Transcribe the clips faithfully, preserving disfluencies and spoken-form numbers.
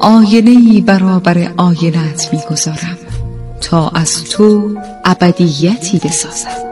آینه‌ای برابر آینه‌ات می‌گذارم تا از تو ابدیتی بسازم.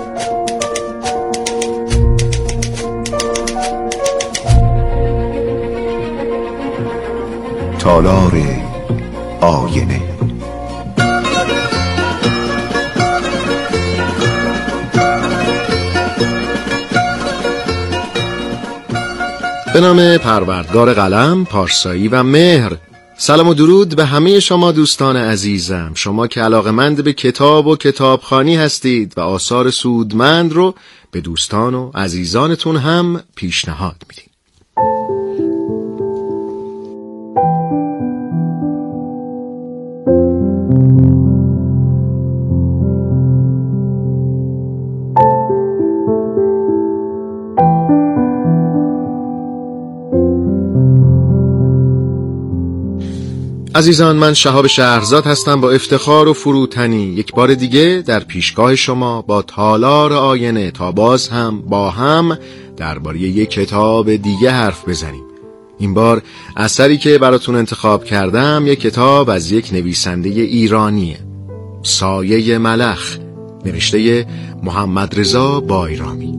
تالار آینه. به نام پروردگار قلم، پارسایی و مهر. سلام و درود به همه شما دوستان عزیزم، شما که علاقه‌مند به کتاب و کتابخوانی هستید و آثار سودمند رو به دوستان و عزیزانتون هم پیشنهاد میدید. عزیزان، من شهاب شهرزاد هستم با افتخار و فروتنی یک بار دیگه در پیشگاه شما با تالار آینه تا باز هم با هم درباره یک کتاب دیگه حرف بزنیم. این بار اثری که براتون انتخاب کردم یک کتاب از یک نویسنده ایرانیه، سایه ملخ، نوشته محمد رضا بایرامی.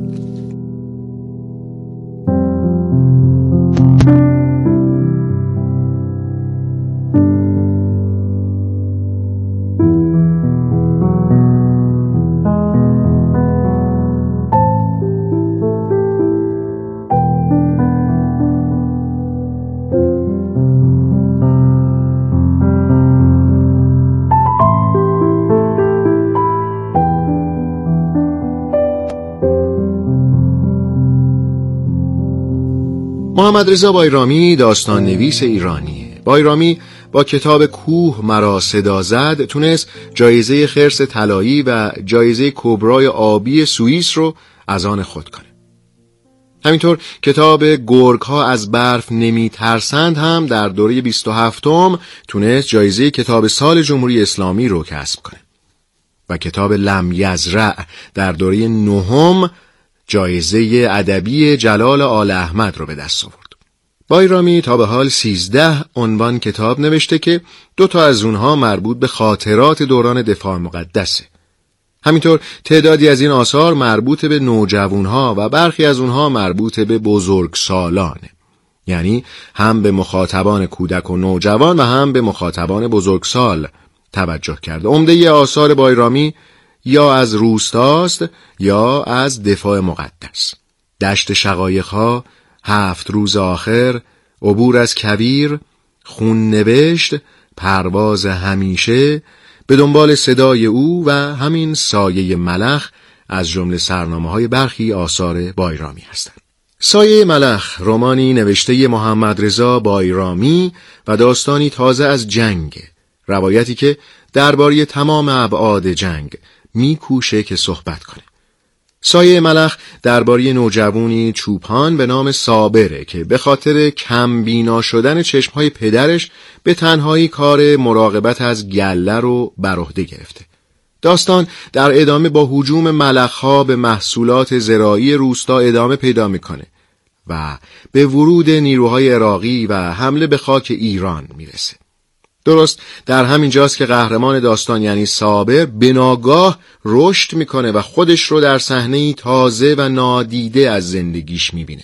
محمد رضا بایرامی داستان نویس ایرانیه. بایرامی با کتاب کوه مرا صدا زد تونست جایزه خرس طلایی و جایزه کبرای آبی سوئیس رو از آن خود کنه. همینطور کتاب گرگ ها از برف نمی ترسند هم در دوره بیست و هفتم تونست جایزه کتاب سال جمهوری اسلامی رو کسب کنه و کتاب لم یزرع در دوره نهم جایزه ادبی جلال آل احمد رو به دست آورد. بایرامی تا به حال سیزده عنوان کتاب نوشته که دو تا از اونها مربوط به خاطرات دوران دفاع مقدسه. همینطور تعدادی از این آثار مربوط به نوجوانها و برخی از اونها مربوط به بزرگسالانه، یعنی هم به مخاطبان کودک و نوجوان و هم به مخاطبان بزرگسال توجه کرده. عمده آثار بایرامی یا از روستاست یا از دفاع مقدس. دشت شقایق‌ها، هفت روز آخر، عبور از کویر، خون نوشت، پرواز همیشه، به دنبال صدای او و همین سایه ملخ از جمله سرنامه‌های برخی آثار بایرامی هستند. سایه ملخ رمانی نوشته محمد رضا بایرامی و داستانی تازه از جنگ، روایتی که درباره تمام ابعاد جنگ میکوشه که صحبت کنه. سایه ملخ درباره نوجوانی چوپان به نام صابره که به خاطر کم بینا شدن چشمهای پدرش به تنهایی کار مراقبت از گله رو بر عهده گرفته. داستان در ادامه با هجوم ملخ‌ها به محصولات زراعی روستا ادامه پیدا میکنه و به ورود نیروهای عراقی و حمله به خاک ایران میرسه. درست در همین جاست که قهرمان داستان یعنی صابر به ناگاه رشد میکنه و خودش رو در صحنه‌ای تازه و نادیده از زندگیش میبینه.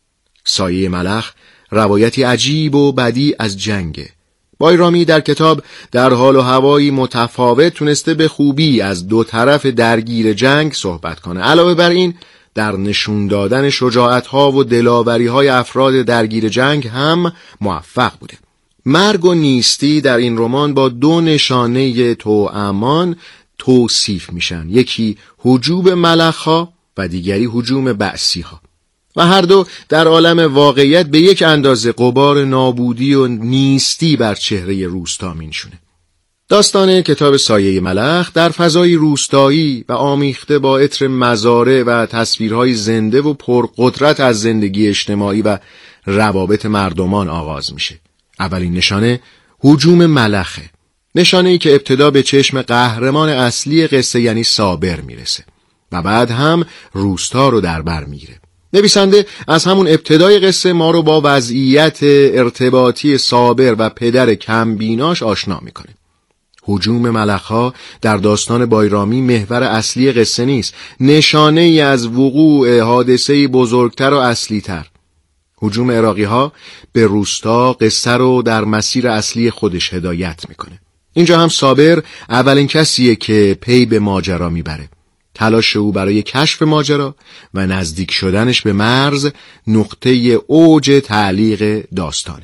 سایه ملخ روایتی عجیب و بدیع از جنگه. بایرامی در کتاب در حال و هوایی متفاوت تونسته به خوبی از دو طرف درگیر جنگ صحبت کنه. علاوه بر این در نشون دادن شجاعت‌ها و دلاوری‌های افراد درگیر جنگ هم موفق بوده. مرگ و نیستی در این رمان با دو نشانه توامان توصیف میشن، یکی هجوم ملخ‌ها و دیگری هجوم بعثی‌ها و هر دو در عالم واقعیت به یک اندازه غبار نابودی و نیستی بر چهره روستا مینشونه. داستان کتاب سایه ملخ در فضای روستایی و آمیخته با عطر مزارع و تصویرهای زنده و پرقدرت از زندگی اجتماعی و روابط مردمان آغاز میشه. اولین نشانه هجوم ملخه، نشانه ای که ابتدا به چشم قهرمان اصلی قصه یعنی صابر میرسه و بعد هم روستا رو در بر میگیره. نویسنده از همون ابتدای قصه ما رو با وضعیت ارتباطی صابر و پدر کمبیناش آشنا میکنه. هجوم ملخ‌ها در داستان بایرامی محور اصلی قصه نیست، نشانه ای از وقوع حادثه‌ای بزرگتر و اصلی‌تر. هجوم عراقی‌ها به روستا قصه رو در مسیر اصلی خودش هدایت میکنه. اینجا هم صابر اولین کسیه که پی به ماجرا میبره. تلاش او برای کشف ماجرا و نزدیک شدنش به مرز نقطه اوج تعلیق داستانه.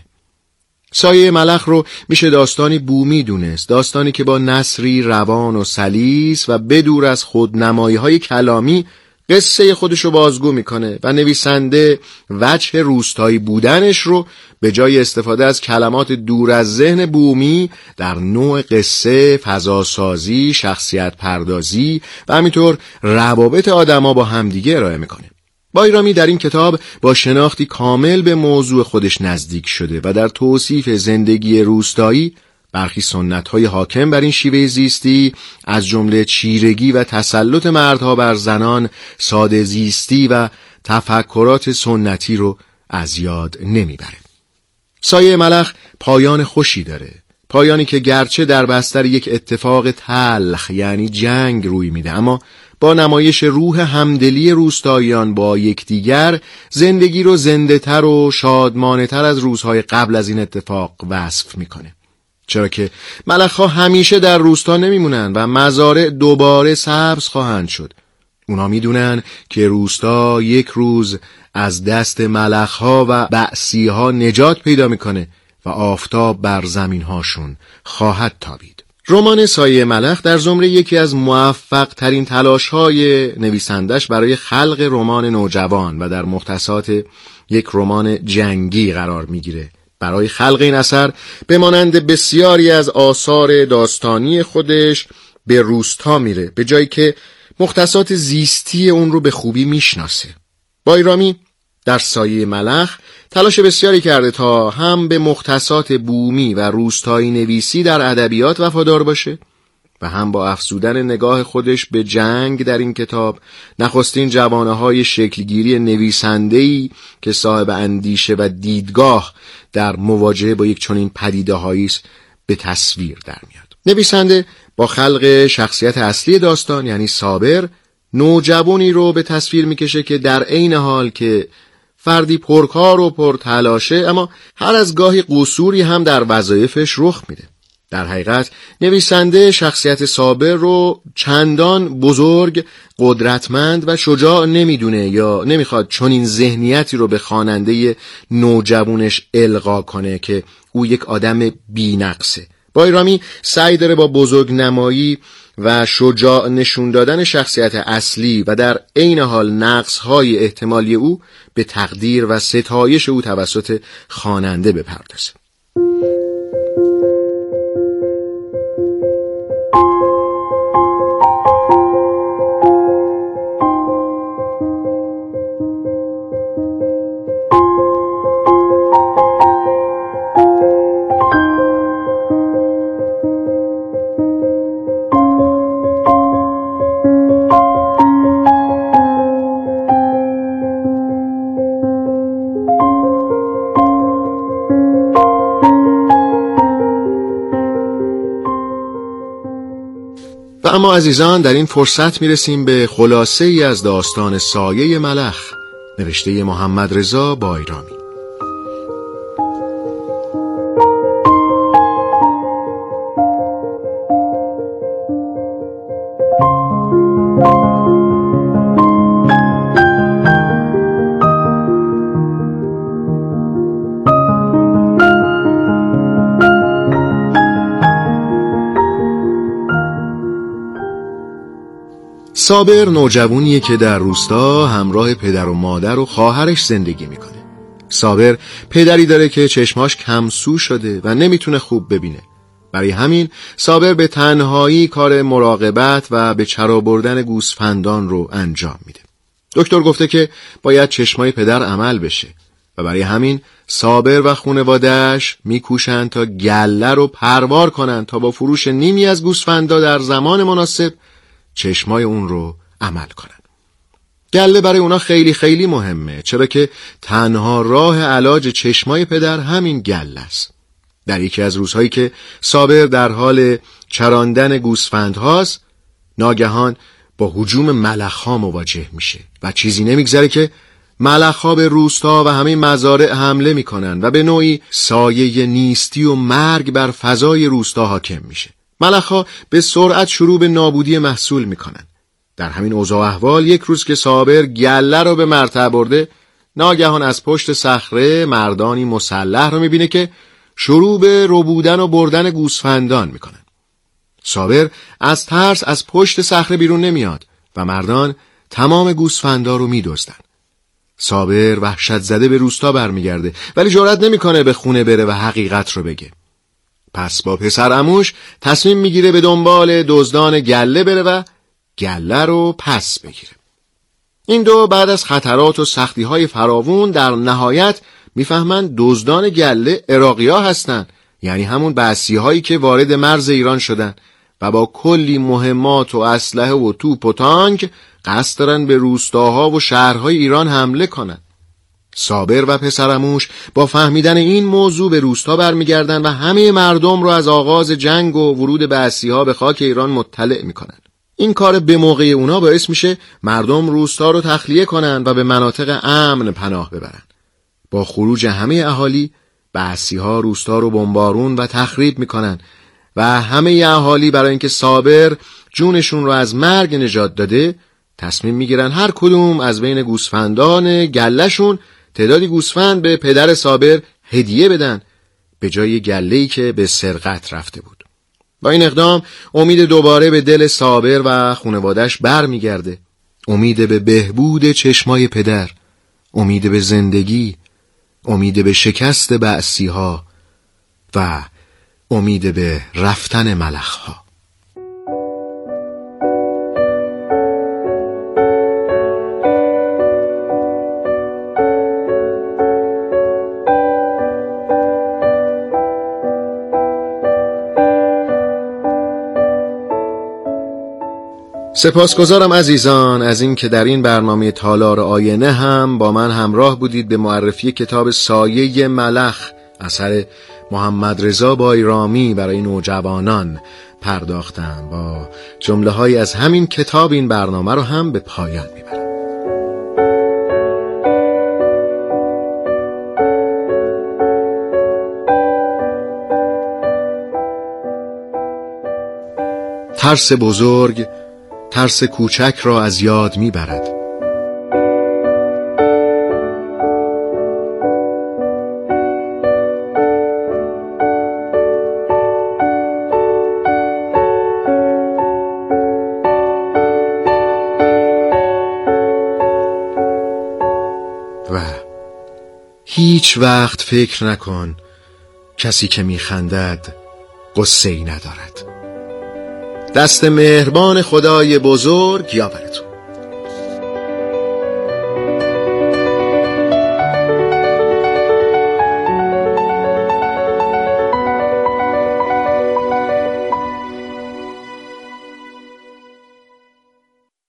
سایه ملخ رو میشه داستانی بومی دونست، داستانی که با نثری روان و سلیس و بدور از خودنمایی‌های کلامی قصه خودش رو بازگو میکنه و نویسنده وجه روستایی بودنش رو به جای استفاده از کلمات دور از ذهن بومی در نوع قصه، فضاسازی، شخصیت پردازی و همینطور روابط آدما با همدیگه ارائه میکنه. بایرامی در این کتاب با شناختی کامل به موضوع خودش نزدیک شده و در توصیف زندگی روستایی برخی سنت‌های حاکم بر این شیوه زیستی از جمله چیرگی و تسلط مردها بر زنان، ساده زیستی و تفکرات سنتی رو از یاد نمیبره. سایه ملخ پایان خوشی داره، پایانی که گرچه در بستر یک اتفاق تلخ یعنی جنگ روی میده، اما با نمایش روح همدلی روستاییان با یکدیگر زندگی رو زنده‌تر و شادمانه‌تر از روزهای قبل از این اتفاق وصف میکنه. چرا که ملخ‌ها همیشه در روستا نمیمونن و مزارع دوباره سبز خواهند شد. اونا میدونن که روستا یک روز از دست ملخ‌ها و بعثی‌ها نجات پیدا میکنه و آفتاب بر زمین‌هاشون خواهد تابید. رمان سایه ملخ در زمره یکی از موفق ترین تلاش‌های نویسندش برای خلق رمان نوجوان و در مختصات یک رمان جنگی قرار میگیره. برای خلق این اثر به مانند بسیاری از آثار داستانی خودش به روستا میره، به جایی که مختصات زیستی اون رو به خوبی میشناسه. بایرامی در سایه ملخ تلاش بسیاری کرده تا هم به مختصات بومی و روستایی نویسی در ادبیات وفادار باشه و هم با افزودن نگاه خودش به جنگ در این کتاب نخستین جوانه‌های شکلگیری نویسنده‌ای که صاحب اندیشه و دیدگاه در مواجهه با یک چنین پدیده‌هایی به تصویر در میاد. نویسنده با خلق شخصیت اصلی داستان یعنی صابر نوجوانی رو به تصویر میکشه که در عین حال که فردی پرکار و پرتلاشه اما هر از گاهی قصوری هم در وظایفش رخ میده. در حقیقت نویسنده شخصیت صابر رو چندان بزرگ، قدرتمند و شجاع نمیدونه یا نمیخواد چنین ذهنیتی رو به خواننده نوجوانش القا کنه که او یک آدم بی‌نقصه. بایرامی سعی داره با بزرگ نمایی و شجاع نشون دادن شخصیت اصلی و در عین حال نقص‌های احتمالی او به تقدیر و ستایش او توسط خواننده بپردازه. و اما عزیزان در این فرصت میرسیم به خلاصه ای از داستان سایه ملخ نوشته محمد رضا بایرامی. صابر نوجوانیه که در روستا همراه پدر و مادر و خواهرش زندگی میکنه. صابر پدری داره که چشماش کمسو شده و نمیتونه خوب ببینه. برای همین صابر به تنهایی کار مراقبت و به چرا بردن گوسفندان رو انجام میده. دکتر گفته که باید چشمای پدر عمل بشه و برای همین صابر و خانواده‌اش میکوشن تا گله رو پروار کنن تا با فروش نیمی از گوسفندا در زمان مناسب چشمای اون رو عمل کنن. گله برای اونا خیلی خیلی مهمه، چرا که تنها راه علاج چشمای پدر همین گله است. در یکی از روزهایی که صابر در حال چراندن گوسفند هاست، ناگهان با هجوم ملخ‌ها مواجه میشه و چیزی نمیگذره که ملخ‌ها به روستا و همه مزارع حمله میکنن و به نوعی سایه نیستی و مرگ بر فضای روستا حاکم میشه. ملخ‌ها به سرعت شروع به نابودی محصول میکنن. در همین اوضاع و احوال یک روز که صابر گله رو به مرتع برده، ناگهان از پشت صخره مردانی مسلح رو میبینه که شروع به ربودن و بردن گوسفندان میکنن. صابر از ترس از پشت صخره بیرون نمیاد و مردان تمام گوسفندا رو میدزدن. صابر وحشت زده به روستا برمیگرده، ولی جرئت نمیکنه به خونه بره و حقیقت رو بگه. پس با پسر عموش تصمیم میگیره به دنبال دزدان گله بره و گله رو پس بگیره. این دو بعد از خطرات و سختی‌های فراوون در نهایت میفهمن دزدان گله عراقی‌ها هستن، یعنی همون بعثی‌هایی که وارد مرز ایران شدن و با کلی مهمات و اسلحه و توپ و تانک قصد دارن به روستاها و شهرهای ایران حمله کنن. صابر و پسرعموش با فهمیدن این موضوع به روستا برمیگردن و همه مردم رو از آغاز جنگ و ورود بعثی‌ها به خاک ایران مطلع میکنن. این کار به موقع اونا باعث میشه مردم روستا رو تخلیه کنن و به مناطق امن پناه ببرن. با خروج همه اهالی، بعثی‌ها روستا رو بمبارون و تخریب میکنن و همه اهالی برای اینکه صابر جونشون رو از مرگ نجات داده، تصمیم میگیرن هر کدوم از بین گوسفندان گلهشون تعدادی گوسفند به پدر صابر هدیه بدن به جای گله‌ای که به سرقت رفته بود. با این اقدام امید دوباره به دل صابر و خانواده‌اش برمیگرده. امید به بهبود چشمای پدر، امید به زندگی، امید به شکست بعثی‌ها و امید به رفتن ملخ‌ها. سپاسگزارم عزیزان از این که در این برنامه تالار آینه هم با من همراه بودید. به معرفی کتاب سایه ملخ اثر محمد رضا بایرامی برای نوجوانان پرداختم. با جمله های از همین کتاب این برنامه رو هم به پایان میبرم. ترس بزرگ ترس کوچک را از یاد میبرد. و هیچ وقت فکر نکن کسی که میخندد قصه‌ای ندارد. دست مهربان خدای بزرگ یاورتون.